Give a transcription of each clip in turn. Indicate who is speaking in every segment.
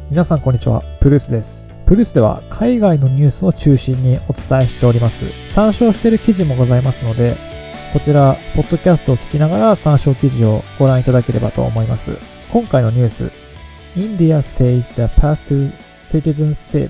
Speaker 1: 皆さんこんにちは、プルースです。プルースでは海外のニュースを中心にお伝えしております。参照している記事もございますので、こちら、ポッドキャストを聞きながら参照記事をご覧いただければと思います。今回のニュース、India says the path to citizenship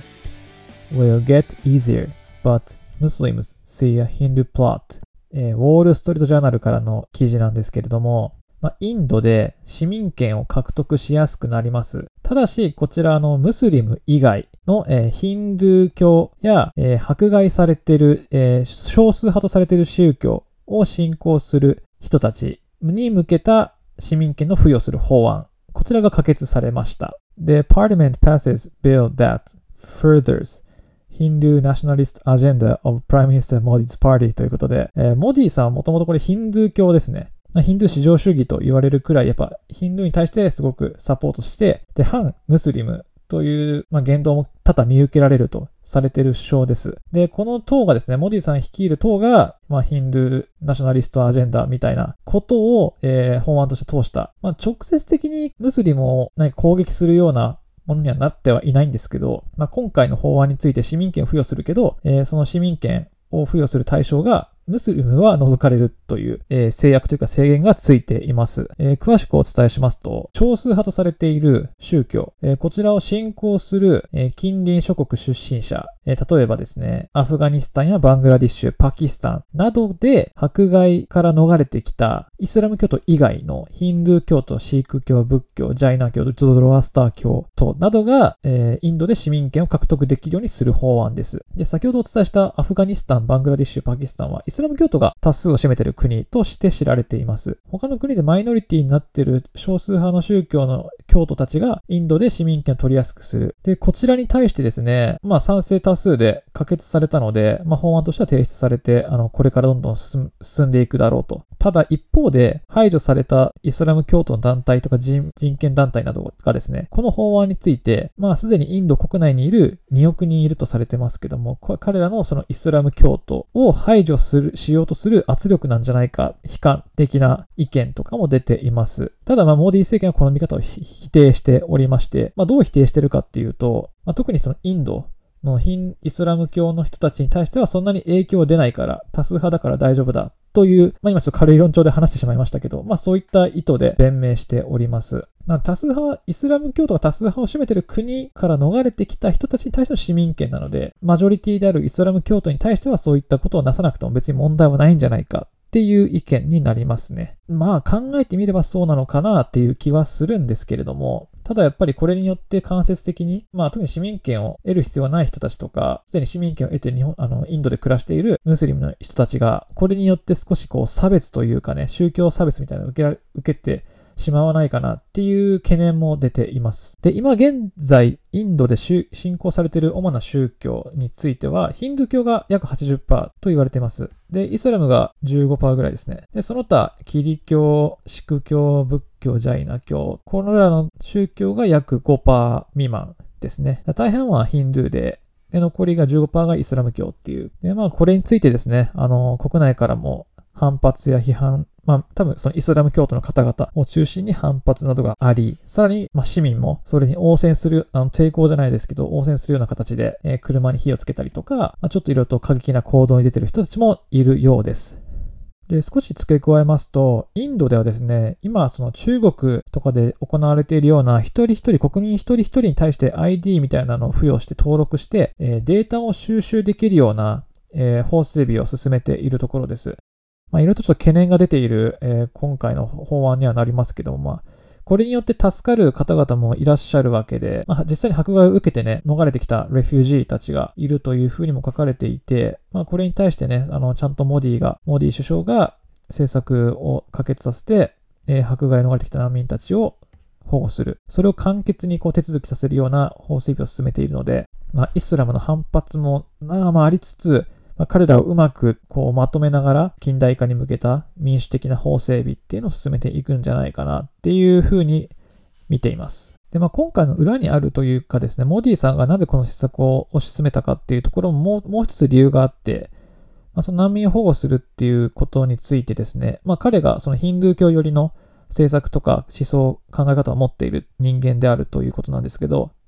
Speaker 1: will get easier, but Muslims see a Hindu plot。ウォールストリートジャーナルからの記事なんですけれども、インドで市民権を獲得しやすくなります。ただし、こちらムスリム以外の、ヒンドゥー教や、迫害されている、少数派とされている宗教を信仰する人たちに向けた市民権の付与する法案。こちらが可決されました。The Parliament passes bill that furthers Hindu nationalist agenda of Prime Minister Modi's party ということで、モディさんはもともとこれヒンドゥー教ですね。ヒンドゥー至上主義と言われるくらい、やっぱヒンドゥーに対してすごくサポートして、で、反ムスリムという、言動も多々見受けられるとされている首相です。で、この党がですね、モディさん率いる党が、ヒンドゥーナショナリストアジェンダみたいなことを、法案として通した。直接的にムスリムを攻撃するようなものにはなってはいないんですけど、今回の法案について市民権を付与するけど、その市民権を付与する対象がムスリムは除かれるという、制約というか制限がついています。詳しくお伝えしますと、少数派とされている宗教、こちらを信仰する、近隣諸国出身者、例えばですね、アフガニスタンやバングラディッシュ、パキスタンなどで迫害から逃れてきたイスラム教徒以外のヒンドゥー教徒、シーク教、仏教、ジャイナ教、ゾロアスター教徒などが、インドで市民権を獲得できるようにする法案です。で、先ほどお伝えしたアフガニスタン、バングラディッシュ、パキスタンはイスラム教徒が多数を占めている国として知られています。他の国でマイノリティになっている少数派の宗教の教徒たちがインドで市民権を取りやすくする。で、こちらに対してですね、賛成多数で可決されたので、法案としては提出されて、これからどんどん進んでいくだろうと。ただ一方で排除されたイスラム教徒の団体とか人権団体などがですね、この法案について、すでにインド国内にいる2億人いるとされてますけども、彼らのそのイスラム教徒を排除しようとする圧力なんじゃないか、悲観的な意見とかも出ています。ただモディ政権はこの見方を否定しておりまして、どう否定しているかっていうと、特にそのインドのイスラム教の人たちに対してはそんなに影響は出ないから、多数派だから大丈夫だという、今ちょっと軽い論調で話してしまいましたけど、そういった意図で弁明しております。多数派はイスラム教徒が多数派を占めている国から逃れてきた人たちに対しての市民権なので、マジョリティであるイスラム教徒に対してはそういったことをなさなくても別に問題はないんじゃないかっていう意見になりますね。考えてみればそうなのかなっていう気はするんですけれども、ただやっぱりこれによって間接的に、特に市民権を得る必要がない人たちとか、すでに市民権を得てインドで暮らしているムスリムの人たちが、これによって少し差別というかね、宗教差別みたいなのを受けてしまわないかなっていう懸念も出ています。で、今現在、インドで信仰されている主な宗教については、ヒンドゥー教が約 80% と言われています。で、イスラムが 15% ぐらいですね。で、その他、キリ教、シク教、仏教、ジャイナ教、これらの宗教が約 5% 未満ですね。大半はヒンドゥーで、残りが 15% がイスラム教っていう。で、これについてですね、国内からも反発や批判、多分そのイスラム教徒の方々を中心に反発などがあり、さらに市民もそれに応戦する、抵抗じゃないですけど、応戦するような形で、車に火をつけたりとか、ちょっといろいろと過激な行動に出ている人たちもいるようです。で、少し付け加えますと、インドではですね、今その中国とかで行われているような国民一人一人に対して ID みたいなのを付与して登録して、データを収集できるような、法整備を進めているところです。いろいろとちょっと懸念が出ている、今回の法案にはなりますけども、これによって助かる方々もいらっしゃるわけで、実際に迫害を受けてね、逃れてきたレフュージーたちがいるというふうにも書かれていて、これに対してね、ちゃんとモディ首相が政策を可決させて、迫害を逃れてきた難民たちを保護する。それを簡潔に手続きさせるような法整備を進めているので、イスラムの反発もありつつ、彼らをうまくまとめながら近代化に向けた民主的な法整備っていうのを進めていくんじゃないかなっていうふうに見ています。で、今回の裏にあるというかですね、モディさんがなぜこの施策を推し進めたかっていうところももう一つ理由があって、その難民を保護するっていうことについてですね、彼がそのヒンドゥー教寄りの政策とか思想、考え方を持っている人間であるということなんですけど、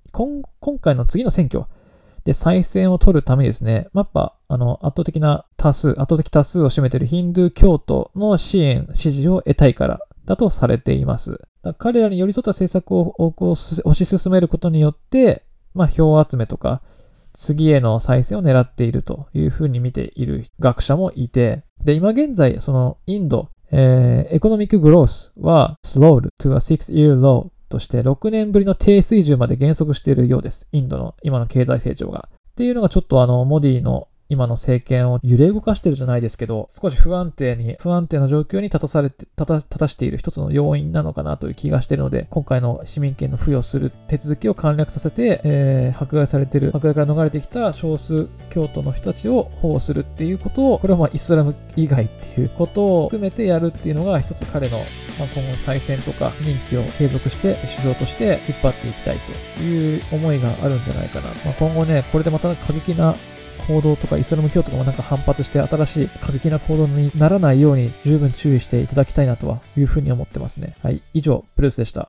Speaker 1: 今回の次の選挙で再選を取るためにですね、やっぱ圧倒的多数を占めているヒンドゥー教徒の支持を得たいからだとされています。彼らに寄り添った政策を推し進めることによって、票集めとか次への再選を狙っているというふうに見ている学者もいて、で今現在そのインド、エコノミックグロースは slowed to a 6-year lowとして6年ぶりの低水準まで減速しているようです。インドの今の経済成長が。っていうのがちょっとモディの今の政権を揺れ動かしてるじゃないですけど、少し不安定な状況に立たしている一つの要因なのかなという気がしているので、今回の市民権の付与する手続きを簡略させて、迫害から逃れてきた少数教徒の人たちを保護するっていうことを、これはイスラム以外っていうことを含めてやるっていうのが一つ彼の、今後再選とか任期を継続して首相として引っ張っていきたいという思いがあるんじゃないかな。今後ね、これでまた過激な行動とかイスラム教とかも反発して新しい過激な行動にならないように十分注意していただきたいなとはいうふうに思ってますね。はい、以上、プルースでした。